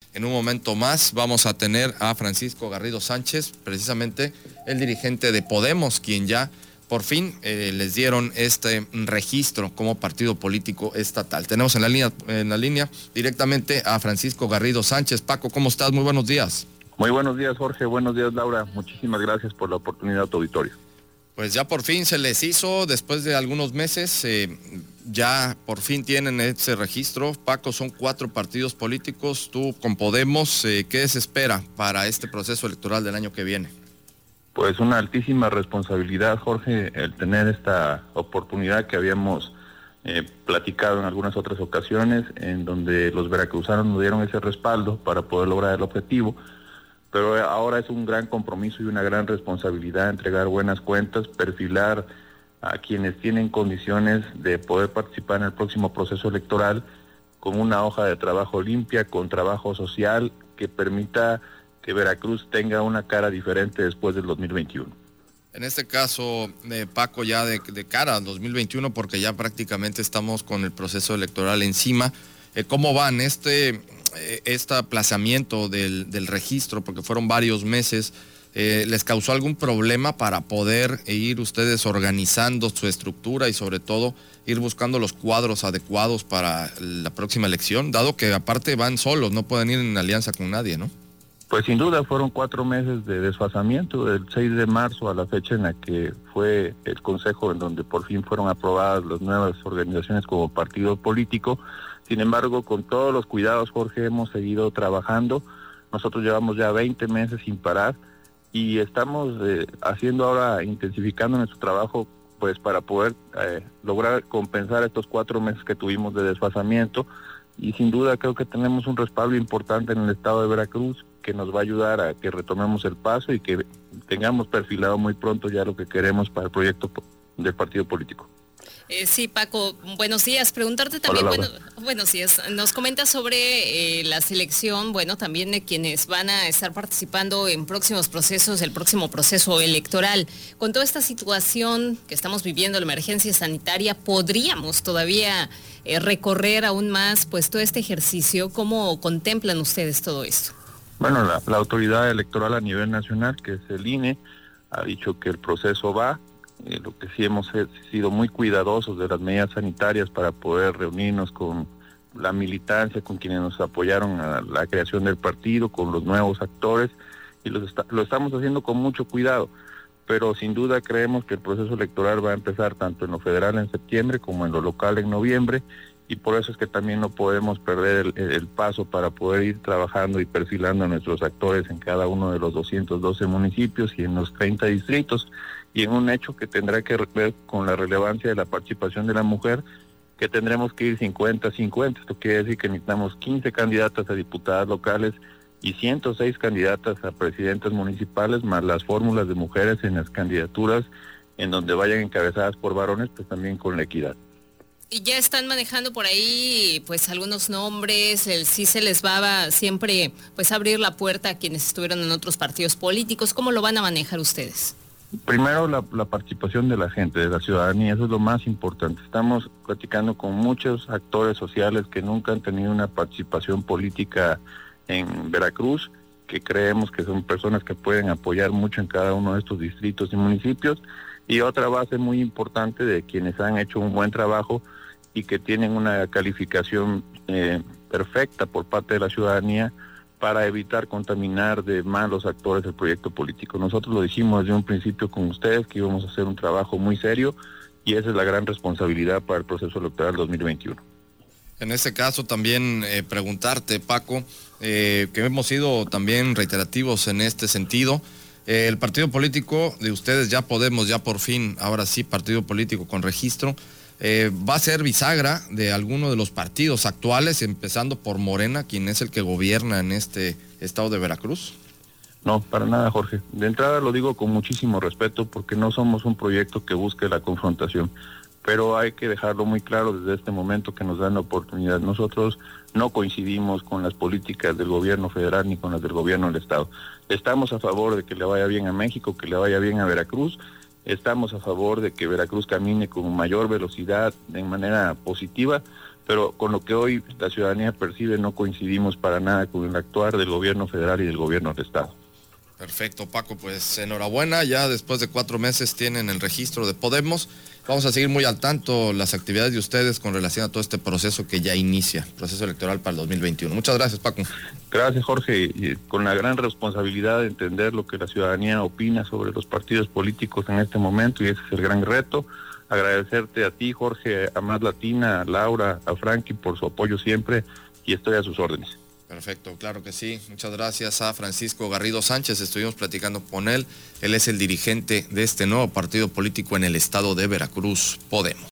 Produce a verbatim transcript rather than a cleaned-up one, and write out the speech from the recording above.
En un momento más vamos a tener a Francisco Garrido Sánchez, precisamente el dirigente de Podemos, quien ya por fin eh, les dieron este registro como partido político estatal. Tenemos en la línea, en la línea directamente a Francisco Garrido Sánchez. Paco, ¿cómo estás? Muy buenos días. Muy buenos días, Jorge. Buenos días, Laura. Muchísimas gracias por la oportunidad a tu auditorio. Pues ya por fin se les hizo, después de algunos meses, eh, ya por fin tienen ese registro. Paco, son cuatro partidos políticos, tú con Podemos, eh, ¿qué se espera para este proceso electoral del año que viene? Pues una altísima responsabilidad, Jorge, el tener esta oportunidad que habíamos eh, platicado en algunas otras ocasiones, en donde los veracruzanos nos dieron ese respaldo para poder lograr el objetivo. Pero ahora es un gran compromiso y una gran responsabilidad entregar buenas cuentas, perfilar a quienes tienen condiciones de poder participar en el próximo proceso electoral con una hoja de trabajo limpia, con trabajo social que permita que Veracruz tenga una cara diferente después del dos mil veintiuno. En este caso, eh, Paco, ya de, de cara al dos mil veintiuno, porque ya prácticamente estamos con el proceso electoral encima, eh, ¿cómo van este... este aplazamiento del, del registro, porque fueron varios meses, eh, les causó algún problema para poder ir ustedes organizando su estructura y sobre todo ir buscando los cuadros adecuados para la próxima elección, dado que aparte van solos, no pueden ir en alianza con nadie, ¿no? Pues sin duda fueron cuatro meses de desfasamiento, del seis de marzo a la fecha en la que fue el consejo en donde por fin fueron aprobadas las nuevas organizaciones como partido político. Sin embargo, con todos los cuidados, Jorge, hemos seguido trabajando. Nosotros llevamos ya veinte meses sin parar y estamos eh, haciendo ahora, intensificando nuestro trabajo, pues para poder eh, lograr compensar estos cuatro meses que tuvimos de desfasamiento. Y sin duda creo que tenemos un respaldo importante en el estado de Veracruz que nos va a ayudar a que retomemos el paso y que tengamos perfilado muy pronto ya lo que queremos para el proyecto del partido político. Eh, sí, Paco, buenos días. Preguntarte también, Hola, bueno, buenos días. Nos comentas sobre eh, la selección, bueno, también de quienes van a estar participando en próximos procesos, el próximo proceso electoral. Con toda esta situación que estamos viviendo, la emergencia sanitaria, ¿podríamos todavía eh, recorrer aún más pues todo este ejercicio? ¿Cómo contemplan ustedes todo esto? Bueno, la, la autoridad electoral a nivel nacional, que es el I N E, ha dicho que el proceso va. Eh, lo que sí hemos sido muy cuidadosos de las medidas sanitarias para poder reunirnos con la militancia, con quienes nos apoyaron a la creación del partido, con los nuevos actores, y los está, lo estamos haciendo con mucho cuidado, pero sin duda creemos que el proceso electoral va a empezar tanto en lo federal en septiembre como en lo local en noviembre, y por eso es que también no podemos perder el, el paso para poder ir trabajando y perfilando a nuestros actores en cada uno de los doscientos doce municipios y en los treinta distritos, y en un hecho que tendrá que ver con la relevancia de la participación de la mujer, que tendremos que ir cincuenta a cincuenta. Esto quiere decir que necesitamos quince candidatas a diputadas locales y ciento seis candidatas a presidentes municipales, más las fórmulas de mujeres en las candidaturas en donde vayan encabezadas por varones, pues también con la equidad. Y ya están manejando por ahí pues algunos nombres, el sí se les va a siempre pues abrir la puerta a quienes estuvieron en otros partidos políticos. ¿Cómo lo van a manejar ustedes? Primero la, la participación de la gente, de la ciudadanía, eso es lo más importante. Estamos platicando con muchos actores sociales que nunca han tenido una participación política en Veracruz, que creemos que son personas que pueden apoyar mucho en cada uno de estos distritos y municipios, y otra base muy importante de quienes han hecho un buen trabajo y que tienen una calificación eh, perfecta por parte de la ciudadanía para evitar contaminar de malos actores el proyecto político. Nosotros lo dijimos desde un principio con ustedes que íbamos a hacer un trabajo muy serio y esa es la gran responsabilidad para el proceso electoral dos mil veintiuno. En este caso también eh, preguntarte, Paco, eh, que hemos sido también reiterativos en este sentido. Eh, el partido político de ustedes, ya Podemos, ya por fin, ahora sí, partido político con registro, Eh, va a ser bisagra de alguno de los partidos actuales, empezando por Morena, quien es el que gobierna en este estado de Veracruz. No, para nada, Jorge. De entrada lo digo con muchísimo respeto porque no somos un proyecto que busque la confrontación, pero hay que dejarlo muy claro desde este momento que nos dan la oportunidad. Nosotros no coincidimos con las políticas del gobierno federal ni con las del gobierno del estado. Estamos a favor de que le vaya bien a México, que le vaya bien a Veracruz. Estamos a favor de que Veracruz camine con mayor velocidad de manera positiva, pero con lo que hoy la ciudadanía percibe no coincidimos para nada con el actuar del gobierno federal y del gobierno del estado. Perfecto, Paco, pues enhorabuena, ya después de cuatro meses tienen el registro de Podemos. Vamos a seguir muy al tanto las actividades de ustedes con relación a todo este proceso que ya inicia, proceso electoral para el dos mil veintiuno. Muchas gracias, Paco. Gracias, Jorge, y con la gran responsabilidad de entender lo que la ciudadanía opina sobre los partidos políticos en este momento, y ese es el gran reto. Agradecerte a ti, Jorge, a Más Latina, a Laura, a Frankie por su apoyo siempre, y estoy a sus órdenes. Perfecto, claro que sí. Muchas gracias a Francisco Garrido Sánchez. Estuvimos platicando con él. Él es el dirigente de este nuevo partido político en el estado de Veracruz, Podemos.